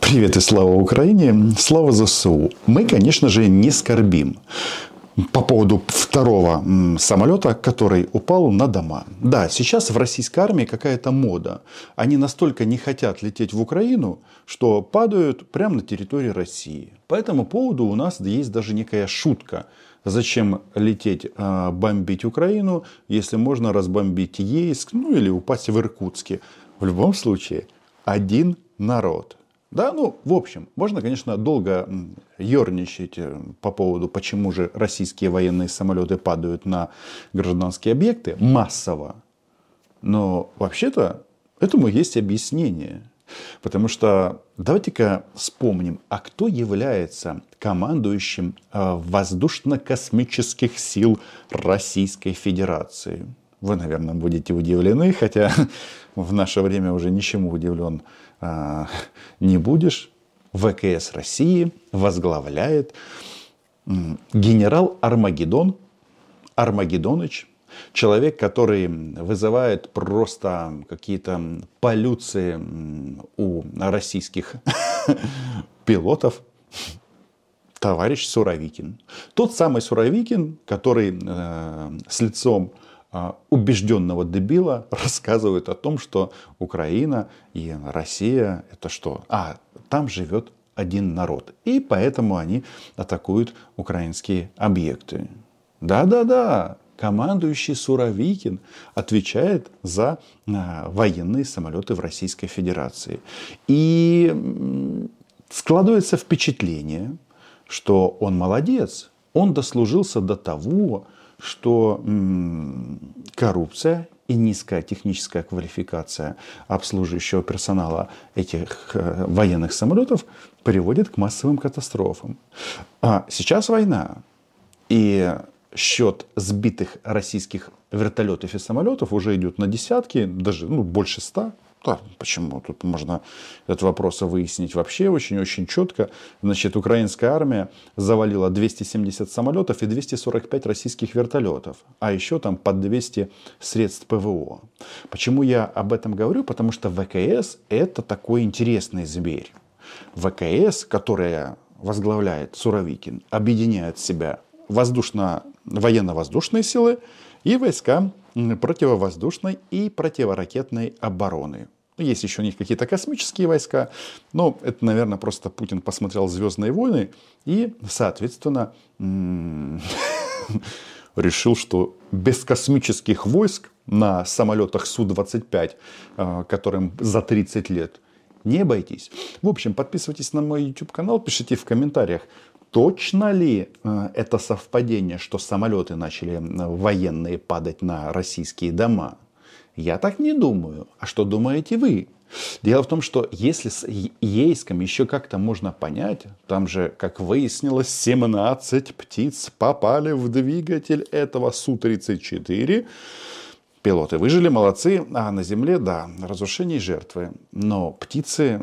Привет и слава Украине, слава ЗСУ. Мы, конечно же, не скорбим по поводу второго самолета, который упал на дома. Да, сейчас в российской армии какая-то мода. Они настолько не хотят лететь в Украину, что падают прямо на территории России. По этому поводу у нас есть даже некая шутка. Зачем лететь бомбить Украину, если можно разбомбить Ейск, или упасть в Иркутске. В любом случае, один народ. Да, в общем, можно, конечно, долго ерничать по поводу, почему же российские военные самолеты падают на гражданские объекты массово. Но вообще-то этому есть объяснение. Потому что давайте-ка вспомним, а кто является командующим воздушно-космических сил Российской Федерации? Вы, наверное, будете удивлены, хотя в наше время уже ничему удивлен не будешь. ВКС России возглавляет генерал Армагеддоныч. Человек, который вызывает просто какие-то полюции у российских пилотов. Товарищ Суровикин. Тот самый Суровикин, который с лицом убежденного дебила рассказывает о том, что Украина и Россия это что? Там живет один народ. И поэтому они атакуют украинские объекты. Да. Командующий Суровикин отвечает за военные самолеты в Российской Федерации. И складывается впечатление, что он молодец. Он дослужился до того, что коррупция и низкая техническая квалификация обслуживающего персонала этих военных самолетов приводит к массовым катастрофам. А сейчас война. И счет сбитых российских вертолетов и самолетов уже идет на десятки, даже больше 100. Да, почему? Тут можно этот вопрос выяснить вообще очень-очень четко. Значит, украинская армия завалила 270 самолетов и 245 российских вертолетов. А еще там под 200 средств ПВО. Почему я об этом говорю? Потому что ВКС это такой интересный зверь. ВКС, которая возглавляет Суровикин, объединяет в себя военно-воздушные силы и войска противовоздушной и противоракетной обороны. Есть еще у них какие-то космические войска, но это, наверное, просто Путин посмотрел «Звездные войны» и, соответственно, решил, что без космических войск на самолетах Су-25, которым за 30 лет, не обойтись. В общем, подписывайтесь на мой YouTube-канал, пишите в комментариях, точно ли это совпадение, что самолеты начали военные падать на российские дома? Я так не думаю. А что думаете вы? Дело в том, что если с Ейском еще как-то можно понять, там же, как выяснилось, 17 птиц попали в двигатель этого Су-34. Пилоты выжили, молодцы, а на земле, да, разрушение и жертвы. Но птицы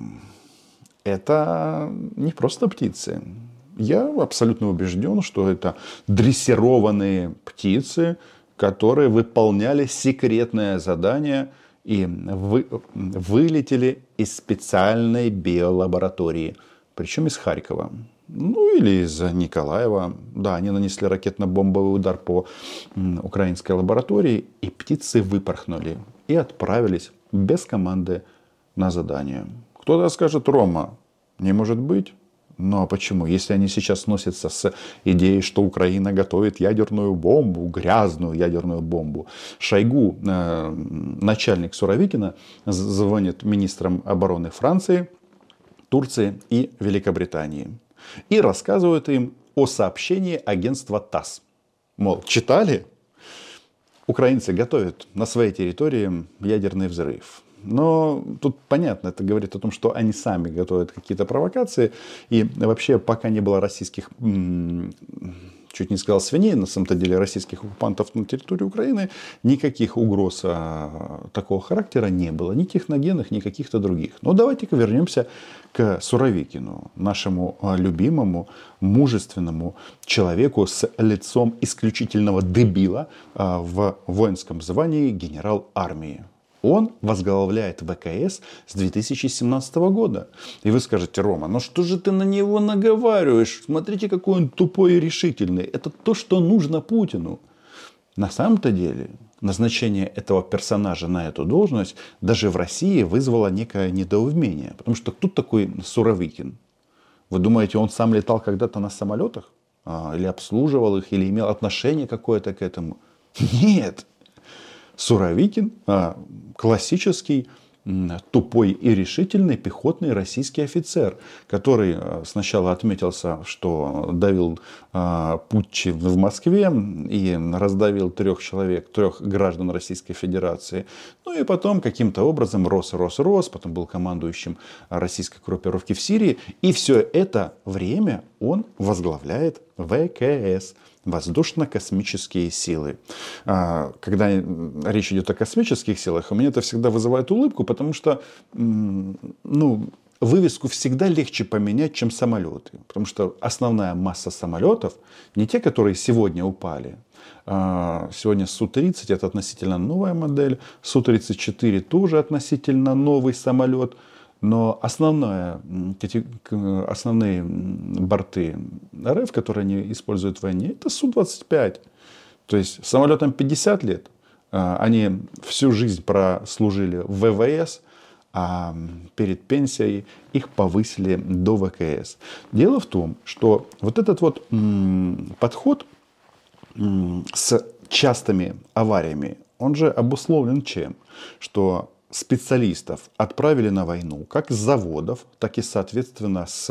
это не просто птицы. Я абсолютно убежден, что это дрессированные птицы, которые выполняли секретное задание и вылетели из специальной биолаборатории. Причем из Харькова. Или из Николаева. Да, они нанесли ракетно-бомбовый удар по украинской лаборатории. И птицы выпорхнули. И отправились без команды на задание. Кто-то скажет: Рома, не может быть. Ну а почему? Если они сейчас носятся с идеей, что Украина готовит ядерную бомбу, грязную ядерную бомбу. Шойгу, начальник Суровикина, звонит министрам обороны Франции, Турции и Великобритании. И рассказывает им о сообщении агентства ТАСС. Мол, читали? Украинцы готовят на своей территории ядерный взрыв. Но тут понятно, это говорит о том, что они сами готовят какие-то провокации. И вообще, пока не было российских, чуть не сказал свиней, на самом-то деле российских оккупантов на территории Украины, никаких угроз такого характера не было. Ни техногенных, ни каких-то других. Но давайте-ка вернемся к Суровикину, нашему любимому, мужественному человеку с лицом исключительного дебила в воинском звании генерал армии. Он возглавляет ВКС с 2017 года. И вы скажете: Рома, ну что же ты на него наговариваешь? Смотрите, какой он тупой и решительный. Это то, что нужно Путину. На самом-то деле назначение этого персонажа на эту должность даже в России вызвало некое недоумение. Потому что кто такой Суровикин? Вы думаете, он сам летал когда-то на самолетах? Или обслуживал их, или имел отношение какое-то к этому? Нет. Суровикин классический тупой и решительный пехотный российский офицер, который сначала отметился, что давил путчи в Москве и раздавил 3 человек, 3 граждан Российской Федерации. Ну и потом каким-то образом рос, потом был командующим российской группировки в Сирии. И все это время он возглавляет ВКС. Воздушно-космические силы. Когда речь идет о космических силах, у меня это всегда вызывает улыбку, потому что вывеску всегда легче поменять, чем самолеты. Потому что основная масса самолетов, не те, которые сегодня упали. Сегодня Су-30 это относительно новая модель, Су-34 тоже относительно новый самолет. Но основные борты РФ, которые они используют в войне, это Су-25. То есть самолетам 50 лет. Они всю жизнь прослужили в ВВС, а перед пенсией их повысили до ВКС. Дело в том, что вот этот вот подход с частыми авариями, он же обусловлен чем? Что специалистов отправили на войну как с заводов, так и, соответственно, с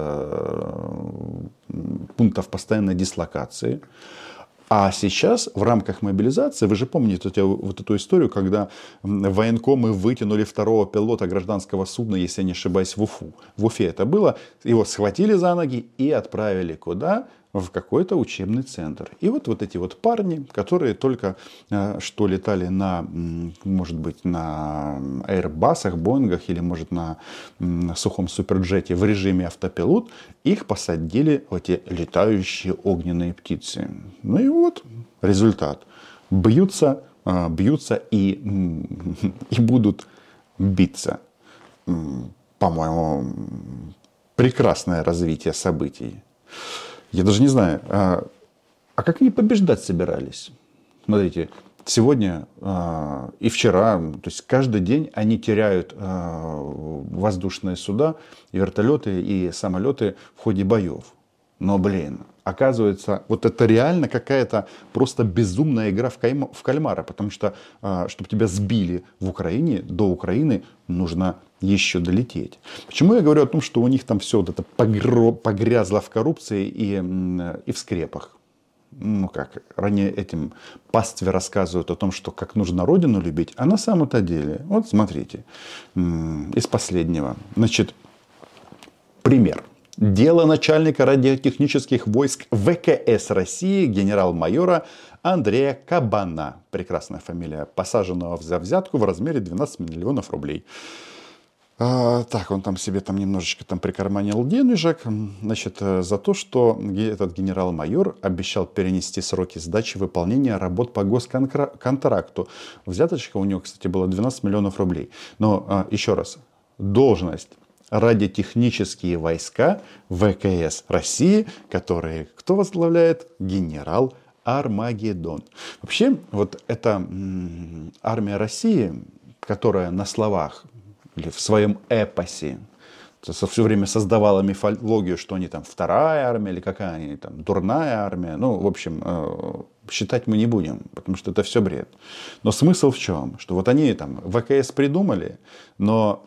пунктов постоянной дислокации. А сейчас в рамках мобилизации, вы же помните вот эту историю, когда военкомы вытянули 2-го пилота гражданского судна, если я не ошибаюсь, в Уфу. В Уфе это было. Его схватили за ноги и отправили куда? В какой-то учебный центр. И вот эти вот парни, которые только что летали на, может быть, на Airbus'ах, Боингах или, может, на сухом суперджете в режиме автопилот, их посадили в эти летающие огненные птицы. Ну и вот результат. Бьются и будут биться. По-моему, прекрасное развитие событий. Я даже не знаю, а как они побеждать собирались? Смотрите, сегодня и вчера, то есть каждый день они теряют воздушные суда, и вертолеты, и самолеты в ходе боев. Но, оказывается, вот это реально какая-то просто безумная игра в кальмара. Потому что, чтобы тебя сбили в Украине, до Украины нужно еще долететь. Почему я говорю о том, что у них там все вот это погрязло в коррупции и в скрепах? Ну как, ранее этим пастве рассказывают о том, что как нужно родину любить. А на самом-то деле, вот смотрите, из последнего. Значит, пример. Дело начальника радиотехнических войск ВКС России генерал-майора Андрея Кабана, прекрасная фамилия, посаженного за взятку в размере 12 миллионов рублей. Так, он там себе немножечко прикарманил денежек, значит, за то, что этот генерал-майор обещал перенести сроки сдачи выполнения работ по госконтракту. Взяточка у него, кстати, была 12 миллионов рублей. Но еще раз, должность радиотехнические войска ВКС России, которые кто возглавляет? Генерал Армагеддон. Вообще, вот эта армия России, которая на словах или в своем эпосе все время создавала мифологию, что они там вторая армия или какая они там дурная армия. Ну, в общем, считать мы не будем, потому что это все бред. Но смысл в чем? Что вот они там ВКС придумали, но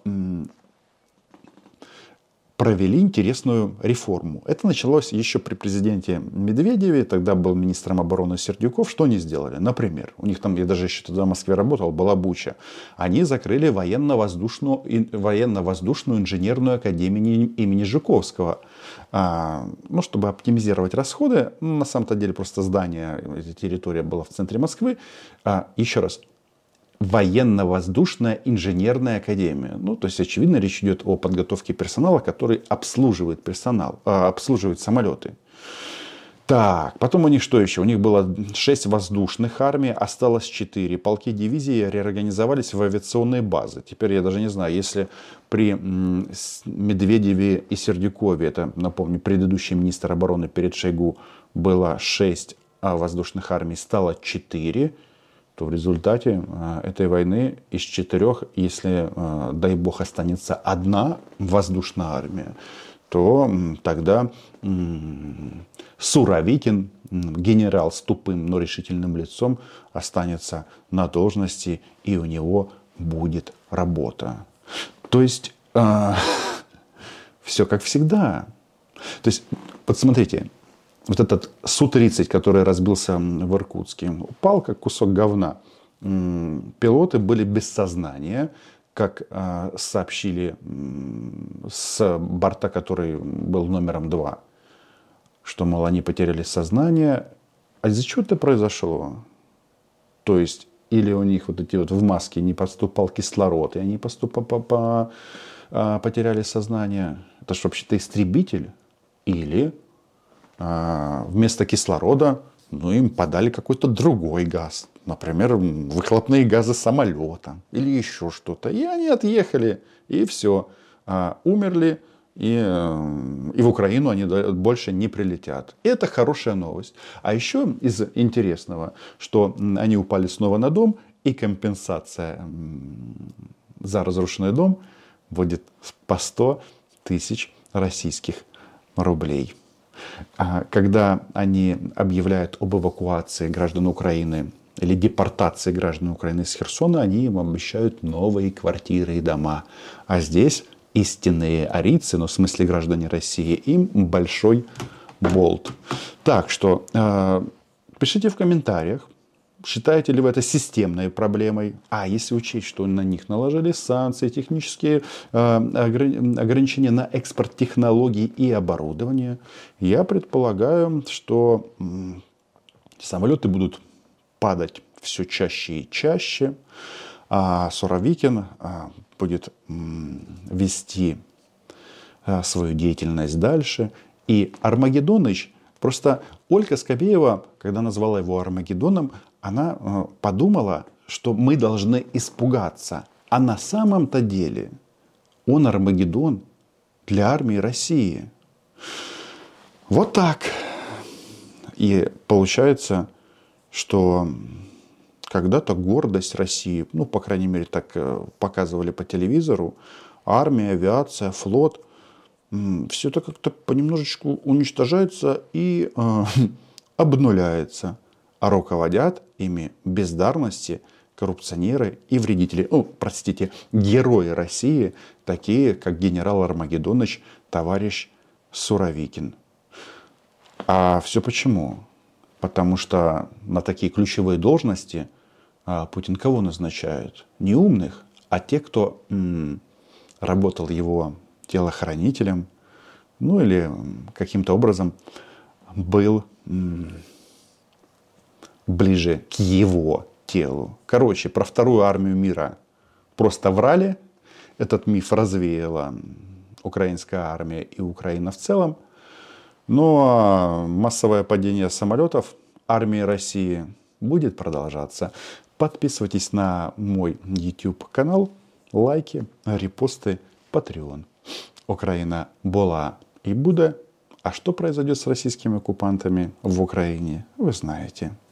провели интересную реформу. Это началось еще при президенте Медведеве, тогда был министром обороны Сердюков. Что они сделали? Например, у них там, я даже еще тогда в Москве работал, была Буча. Они закрыли военно-воздушную инженерную академию имени Жуковского. Чтобы оптимизировать расходы. На самом-то деле просто здание, эта территория была в центре Москвы. Еще раз. Военно-воздушная инженерная академия. Ну, то есть, очевидно, речь идет о подготовке персонала, который обслуживает самолеты. Так, потом у них что еще? У них было 6 воздушных армий, осталось 4. Полки дивизии реорганизовались в авиационные базы. Теперь я даже не знаю, если при Медведеве и Сердюкове, это, напомню, предыдущий министр обороны перед Шойгу, было 6 воздушных армий, стало 4, то в результате этой войны из 4, если, дай бог, останется одна воздушная армия, то тогда Суровикин, генерал с тупым, но решительным лицом, останется на должности, и у него будет работа. То есть все как всегда. То есть, вот смотрите, вот этот Су-30, который разбился в Иркутске, упал как кусок говна. Пилоты были без сознания, как сообщили с борта, который был номером 2, что, мол, они потеряли сознание. А из-за чего это произошло? То есть, или у них вот эти вот в маске не поступал кислород, и они потеряли сознание. Это же вообще-то истребитель. Или вместо кислорода им подали какой-то другой газ. Например, выхлопные газы самолета или еще что-то. И они отъехали, и все. Умерли, и в Украину они больше не прилетят. И это хорошая новость. А еще из интересного, что они упали снова на дом, и компенсация за разрушенный дом будет по 100 тысяч российских рублей. Когда они объявляют об эвакуации граждан Украины или депортации граждан Украины из Херсона, они им обещают новые квартиры и дома. А здесь истинные арийцы, в смысле граждане России, им большой болт. Так что пишите в комментариях, считаете ли вы это системной проблемой? А если учесть, что на них наложили санкции, технические ограничения на экспорт технологий и оборудования, я предполагаю, что самолеты будут падать все чаще и чаще, а Суровикин будет вести свою деятельность дальше. И Армагеддоныч, просто Ольга Скобеева, когда назвала его Армагеддоном, она подумала, что мы должны испугаться. А на самом-то деле он Армагеддон для армии России. Вот так. И получается, что когда-то гордость России, по крайней мере, так показывали по телевизору, армия, авиация, флот, все это как-то понемножечку уничтожается и обнуляется. А руководят ими бездарности, коррупционеры и вредители. Герои России, такие как генерал Армагеддоныч, товарищ Суровикин. А все почему? Потому что на такие ключевые должности Путин кого назначает? Не умных, а те, кто работал его телохранителем, или каким-то образом был ближе к его телу. Короче, про вторую армию мира просто врали. Этот миф развеяла украинская армия и Украина в целом. Но массовое падение самолетов армии России будет продолжаться. Подписывайтесь на мой YouTube канал, лайки, репосты, Patreon. Украина была и будет. А что произойдет с российскими оккупантами в Украине, вы знаете.